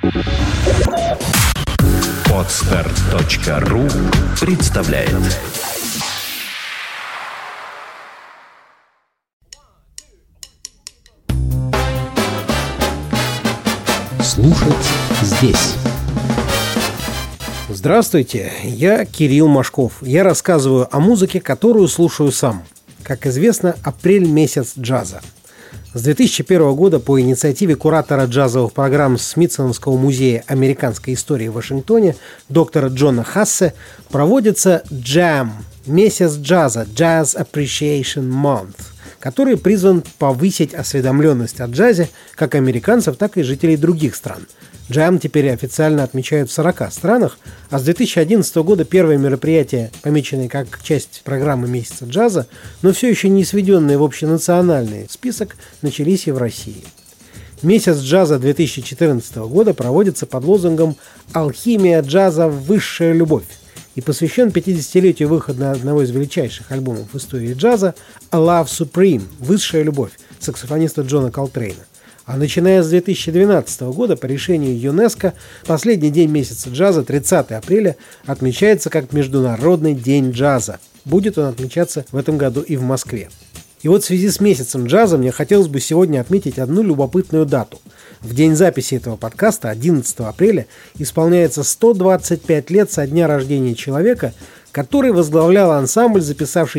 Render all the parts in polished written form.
Podster.ru представляет. Слушать здесь. Здравствуйте, я Кирилл Машков. Я рассказываю о музыке, которую слушаю сам. Как известно, апрель – месяц джаза. С 2001 года по инициативе куратора джазовых программ Смитсоновского музея американской истории в Вашингтоне доктора Джона Хассе проводится Jam – месяц джаза, Jazz Appreciation Month, который призван повысить осведомленность о джазе как американцев, так и жителей других стран. Джам теперь официально отмечают в 40 странах, а с 2011 года первые мероприятия, помеченные как часть программы месяца джаза, но все еще не сведенные в общенациональный список, начались и в России. Месяц джаза 2014 года проводится под лозунгом «Алхимия джаза – высшая любовь» и посвящен 50-летию выхода одного из величайших альбомов в истории джаза «A Love Supreme» – «Высшая любовь» саксофониста Джона Колтрейна. А начиная с 2012 года по решению ЮНЕСКО последний день месяца джаза, 30 апреля, отмечается как Международный день джаза. Будет он отмечаться в этом году и в Москве. И вот в связи с месяцем джаза мне хотелось бы сегодня отметить одну любопытную дату. В день записи этого подкаста, 11 апреля, исполняется 125 лет со дня рождения человека, который возглавлял ансамбль, записавший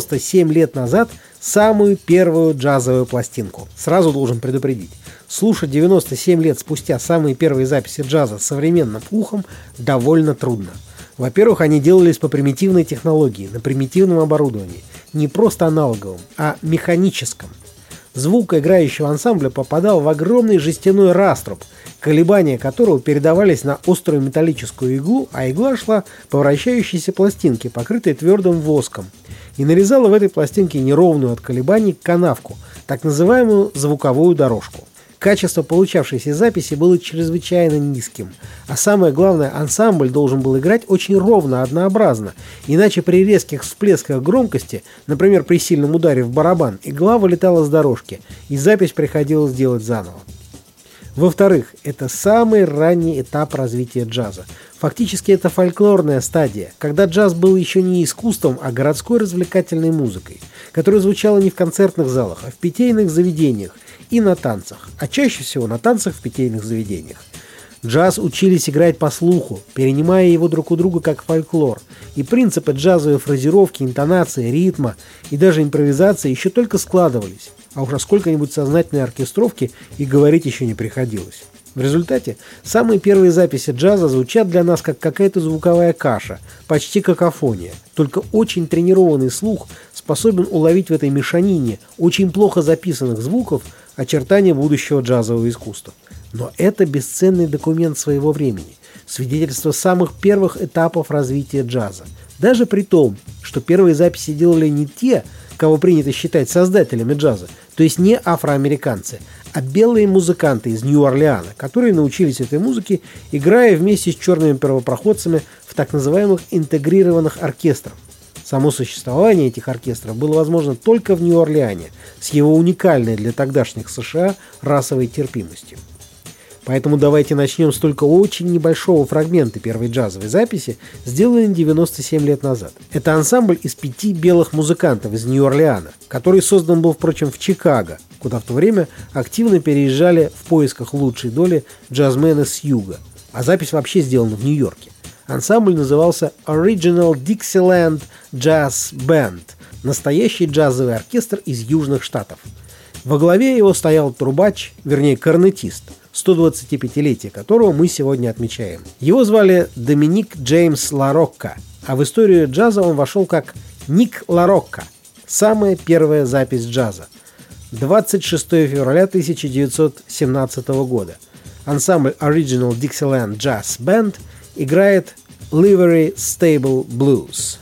97 лет назад самую первую джазовую пластинку. Сразу должен предупредить, слушать 97 лет спустя самые первые записи джаза современным ухом довольно трудно. Во-первых, они делались по примитивной технологии, на примитивном оборудовании, не просто аналоговом, а механическом. Звук играющего ансамбля попадал в огромный жестяной раструб, колебания которого передавались на острую металлическую иглу, а игла шла по вращающейся пластинке, покрытой твердым воском, и нарезала в этой пластинке неровную от колебаний канавку, так называемую звуковую дорожку. Качество получавшейся записи было чрезвычайно низким, а самое главное, ансамбль должен был играть очень ровно, однообразно, иначе при резких всплесках громкости, например, при сильном ударе в барабан, игла вылетала с дорожки, и запись приходилось делать заново. Во-вторых, это самый ранний этап развития джаза. Фактически это фольклорная стадия, когда джаз был еще не искусством, а городской развлекательной музыкой, которая звучала не в концертных залах, а в питейных заведениях и на танцах, а чаще всего на танцах в питейных заведениях. Джаз учились играть по слуху, перенимая его друг у друга как фольклор, и принципы джазовой фразировки, интонации, ритма и даже импровизации еще только складывались, а уж о сколько-нибудь сознательной оркестровке и говорить еще не приходилось. В результате самые первые записи джаза звучат для нас как какая-то звуковая каша, почти какофония. Только очень тренированный слух способен уловить в этой мешанине очень плохо записанных звуков очертания будущего джазового искусства. Но это бесценный документ своего времени, свидетельство самых первых этапов развития джаза. Даже при том, что первые записи делали не те, кого принято считать создателями джаза, то есть не афроамериканцы, а белые музыканты из Нью-Орлеана, которые научились этой музыке, играя вместе с черными первопроходцами в так называемых интегрированных оркестрах. Само существование этих оркестров было возможно только в Нью-Орлеане с его уникальной для тогдашних США расовой терпимостью. Поэтому давайте начнем с только очень небольшого фрагмента первой джазовой записи, сделанной 97 лет назад. Это ансамбль из 5 белых музыкантов из Нью-Орлеана, который создан был, впрочем, в Чикаго, куда в то время активно переезжали в поисках лучшей доли джазмены с юга. А запись вообще сделана в Нью-Йорке. Ансамбль назывался Original Dixieland Jazz Band, настоящий джазовый оркестр из Южных Штатов. Во главе его стоял трубач, вернее корнетист, 125-летие которого мы сегодня отмечаем. Его звали Доминик Джеймс Ларокко, а в историю джаза он вошел как Ник Ларокко, самая первая запись джаза. 26 февраля 1917 года. Ансамбль Original Dixieland Jazz Band играет Livery Stable Blues.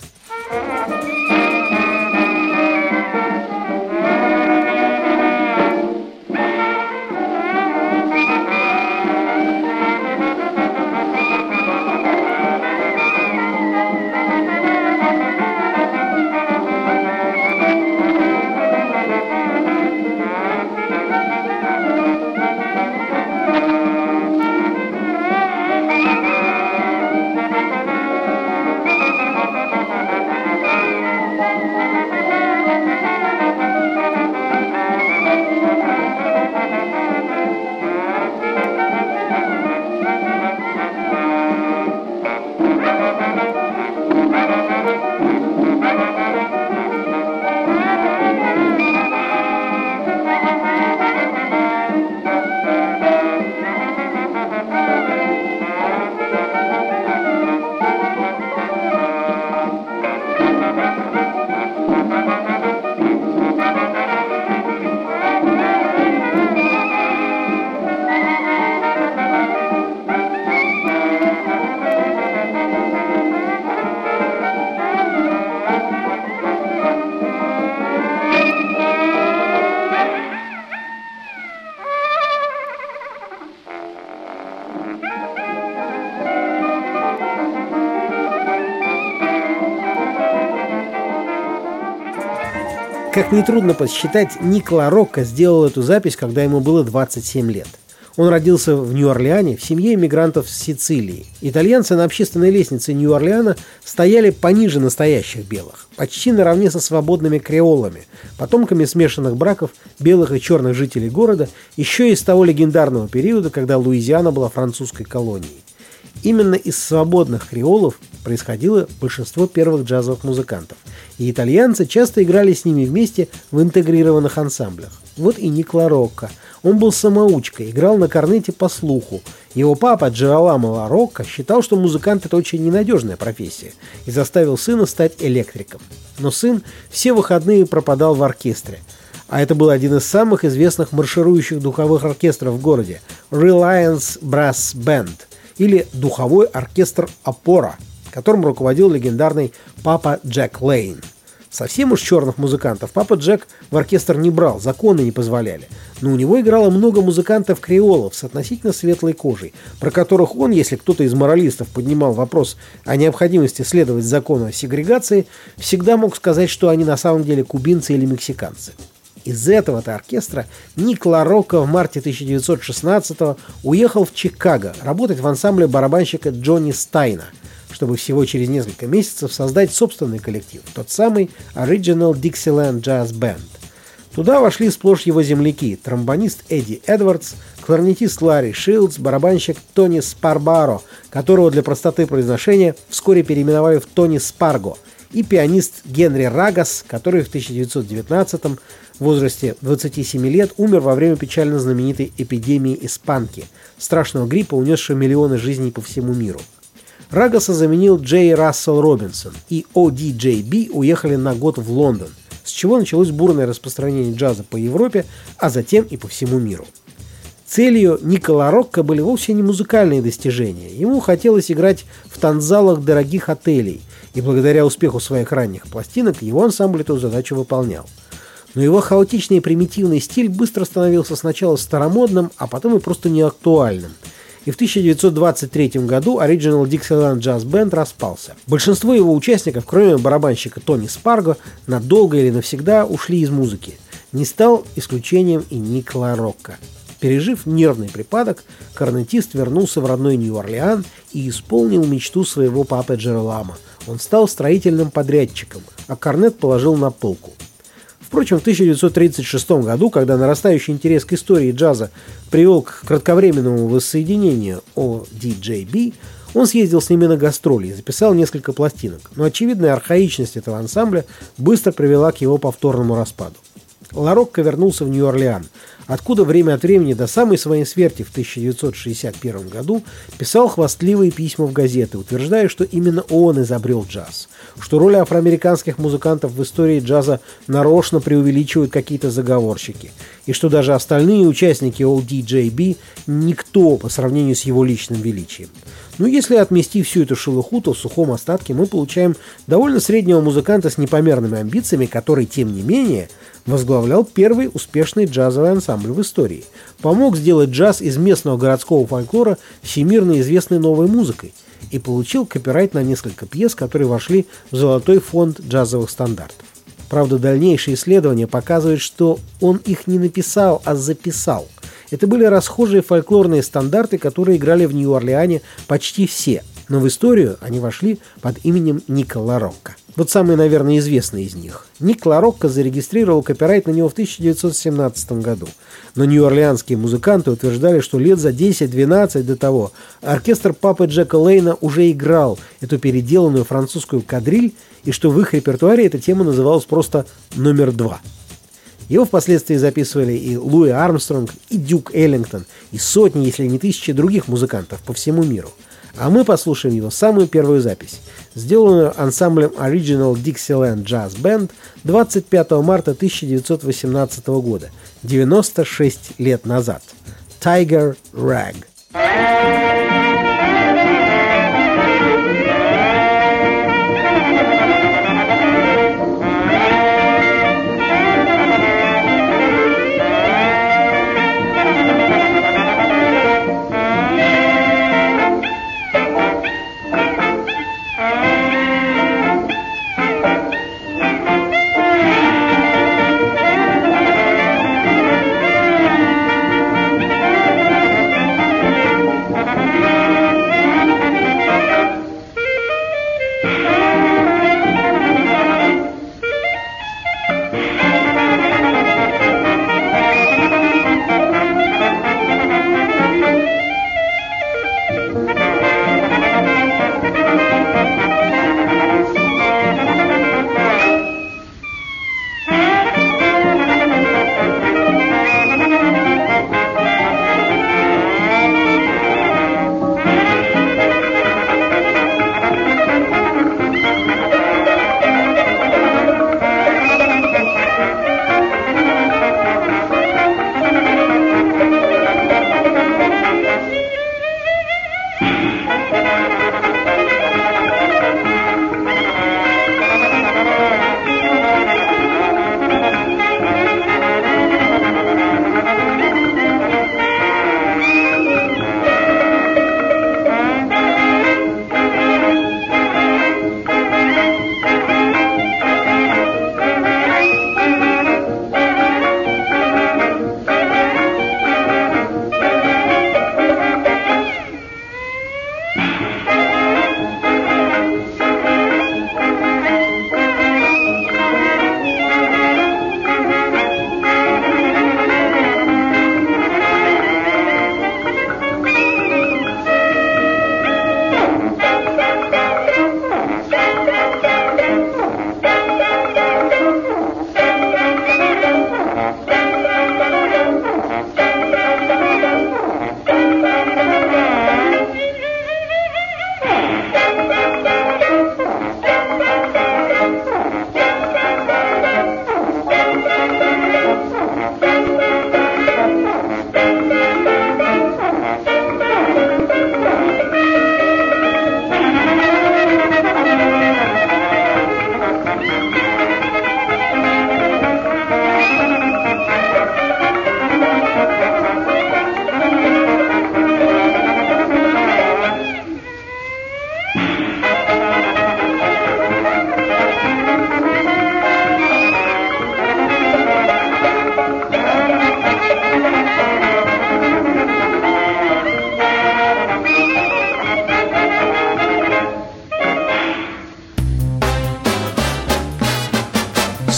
Как нетрудно подсчитать, Ник Ларокко сделал эту запись, когда ему было 27 лет. Он родился в Нью-Орлеане в семье иммигрантов с Сицилии. Итальянцы на общественной лестнице Нью-Орлеана стояли пониже настоящих белых, почти наравне со свободными креолами, потомками смешанных браков белых и черных жителей города, еще из того легендарного периода, когда Луизиана была французской колонией. Именно из свободных креолов происходило большинство первых джазовых музыкантов, и итальянцы часто играли с ними вместе в интегрированных ансамблях. Вот и Ник Ларокко. Он был самоучкой, играл на корнете по слуху. Его папа Джероламо Ларокко считал, что музыкант – это очень ненадежная профессия, и заставил сына стать электриком. Но сын все выходные пропадал в оркестре. А это был один из самых известных марширующих духовых оркестров в городе – Reliance Brass Band, или духовой оркестр «Опора», которым руководил легендарный папа Джек Лейн. Совсем уж черных музыкантов папа Джек в оркестр не брал, законы не позволяли. Но у него играло много музыкантов-креолов с относительно светлой кожей, про которых он, если кто-то из моралистов поднимал вопрос о необходимости следовать закону о сегрегации, всегда мог сказать, что они на самом деле кубинцы или мексиканцы. Из этого-то оркестра Ник Ларокко в марте 1916-го уехал в Чикаго работать в ансамбле барабанщика Джонни Стайна, чтобы всего через несколько месяцев создать собственный коллектив, тот самый Original Dixieland Jazz Band. Туда вошли сплошь его земляки: тромбонист Эдди Эдвардс, кларнетист Ларри Шилдс, барабанщик Тони Спарбаро, которого для простоты произношения вскоре переименовали в Тони Спарго, и пианист Генри Рагас, который в 1919-м в возрасте 27 лет умер во время печально знаменитой эпидемии испанки, страшного гриппа, унесшего миллионы жизней по всему миру. Рагаса заменил Джей Рассел Робинсон, и ODJB уехали на год в Лондон, с чего началось бурное распространение джаза по Европе, а затем и по всему миру. Целью Ника Ларокко были вовсе не музыкальные достижения. Ему хотелось играть в танцзалах дорогих отелей, и благодаря успеху своих ранних пластинок его ансамбль эту задачу выполнял. Но его хаотичный и примитивный стиль быстро становился сначала старомодным, а потом и просто неактуальным. И в 1923 году Original Dixieland Jazz Band распался. Большинство его участников, кроме барабанщика Тони Спарго, надолго или навсегда ушли из музыки. Не стал исключением и Ник Ларокко. Пережив нервный припадок, корнетист вернулся в родной Нью-Орлеан и исполнил мечту своего папы Джероламо. Он стал строительным подрядчиком, а корнет положил на полку. Впрочем, в 1936 году, когда нарастающий интерес к истории джаза привел к кратковременному воссоединению ODJB, он съездил с ними на гастроли и записал несколько пластинок, но очевидная архаичность этого ансамбля быстро привела к его повторному распаду. Ларокко вернулся в Нью-Орлеан, откуда время от времени до самой своей смерти в 1961 году писал хвастливые письма в газеты, утверждая, что именно он изобрел джаз, что роль афроамериканских музыкантов в истории джаза нарочно преувеличивают какие-то заговорщики, и что даже остальные участники ODJB никто по сравнению с его личным величием. Но если отмести всю эту шелуху, то в сухом остатке мы получаем довольно среднего музыканта с непомерными амбициями, который, тем не менее, возглавлял первый успешный джазовый ансамбль в истории, помог сделать джаз из местного городского фольклора всемирно известной новой музыкой и получил копирайт на несколько пьес, которые вошли в золотой фонд джазовых стандартов. Правда, дальнейшие исследования показывают, что он их не написал, а записал. Это были расхожие фольклорные стандарты, которые играли в Нью-Орлеане почти все, но в историю они вошли под именем Ника Ларокко. Вот самый, наверное, известный из них. Ник Ларокко зарегистрировал копирайт на него в 1917 году, но нью-орлеанские музыканты утверждали, что лет за 10-12 до того оркестр папы Джека Лейна уже играл эту переделанную французскую кадриль, и что в их репертуаре эта тема называлась просто «Номер 2». Его впоследствии записывали и Луи Армстронг, и Дюк Эллингтон, и сотни, если не тысячи других музыкантов по всему миру. А мы послушаем его самую первую запись, сделанную ансамблем Original Dixieland Jazz Band 25 марта 1918 года, 96 лет назад. Tiger Rag.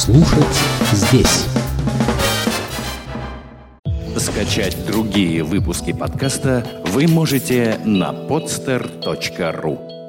Слушать здесь. Скачать другие выпуски подкаста вы можете на podster.ru.